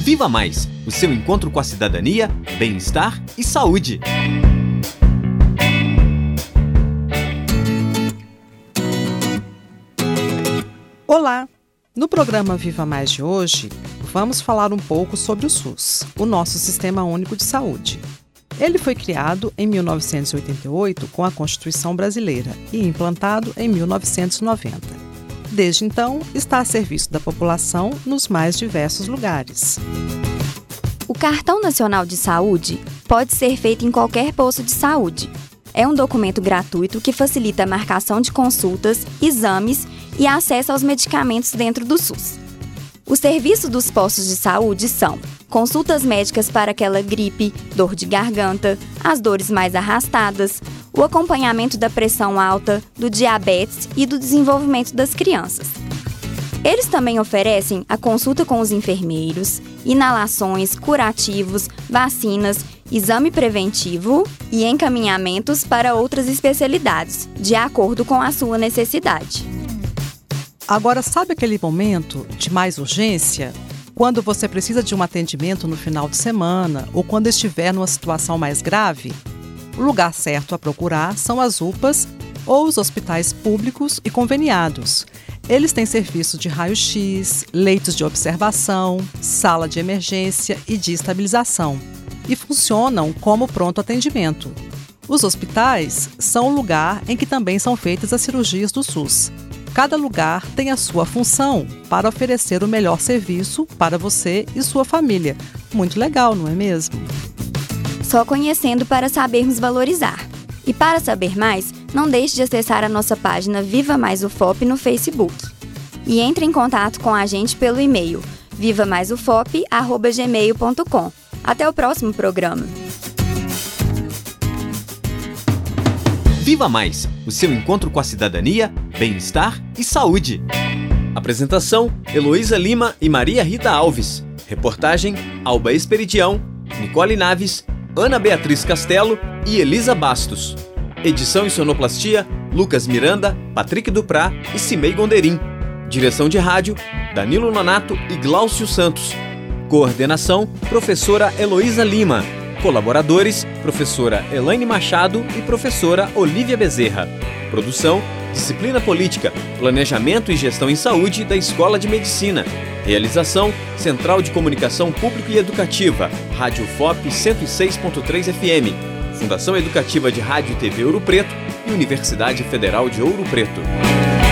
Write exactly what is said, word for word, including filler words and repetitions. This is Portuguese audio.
Viva Mais, o seu encontro com a cidadania, bem-estar e saúde. Olá! No programa Viva Mais de hoje, vamos falar um pouco sobre o SUS, o nosso Sistema Único de Saúde. Ele foi criado em mil novecentos e oitenta e oito com a Constituição Brasileira e implantado em mil novecentos e noventa. Desde então, está a serviço da população nos mais diversos lugares. O Cartão Nacional de Saúde pode ser feito em qualquer posto de saúde. É um documento gratuito que facilita a marcação de consultas, exames e acesso aos medicamentos dentro do SUS. Os serviços dos postos de saúde são consultas médicas para aquela gripe, dor de garganta, as dores mais arrastadas, o acompanhamento da pressão alta, do diabetes e do desenvolvimento das crianças. Eles também oferecem a consulta com os enfermeiros, inalações, curativos, vacinas, exame preventivo e encaminhamentos para outras especialidades, de acordo com a sua necessidade. Agora, sabe aquele momento de mais urgência? Quando você precisa de um atendimento no final de semana ou quando estiver numa situação mais grave? O lugar certo a procurar são as U P As ou os hospitais públicos e conveniados. Eles têm serviço de raio-x, leitos de observação, sala de emergência e de estabilização e funcionam como pronto atendimento. Os hospitais são o lugar em que também são feitas as cirurgias do SUS. Cada lugar tem a sua função para oferecer o melhor serviço para você e sua família. Muito legal, não é mesmo? Só conhecendo para sabermos valorizar. E para saber mais, não deixe de acessar a nossa página Viva Mais U F O P no Facebook. E entre em contato com a gente pelo e-mail viva mais u f o p arroba gmail ponto com. Até o próximo programa. Viva Mais, o seu encontro com a cidadania, bem-estar e saúde. Apresentação: Heloísa Lima e Maria Rita Alves. Reportagem: Alba Esperidião, Nicole Naves, Ana Beatriz Castelo e Elisa Bastos. Edição e sonoplastia: Lucas Miranda, Patrick Duprá e Cimei Gonderim. Direção de rádio: Danilo Nonato e Glaucio Santos. Coordenação: Professora Heloísa Lima. Colaboradores: Professora Elaine Machado e Professora Olívia Bezerra. Produção: Disciplina Política, Planejamento e Gestão em Saúde da Escola de Medicina. Realização: Central de Comunicação Pública e Educativa, Rádio F O P cento e seis ponto três F M, Fundação Educativa de Rádio e T V Ouro Preto e Universidade Federal de Ouro Preto.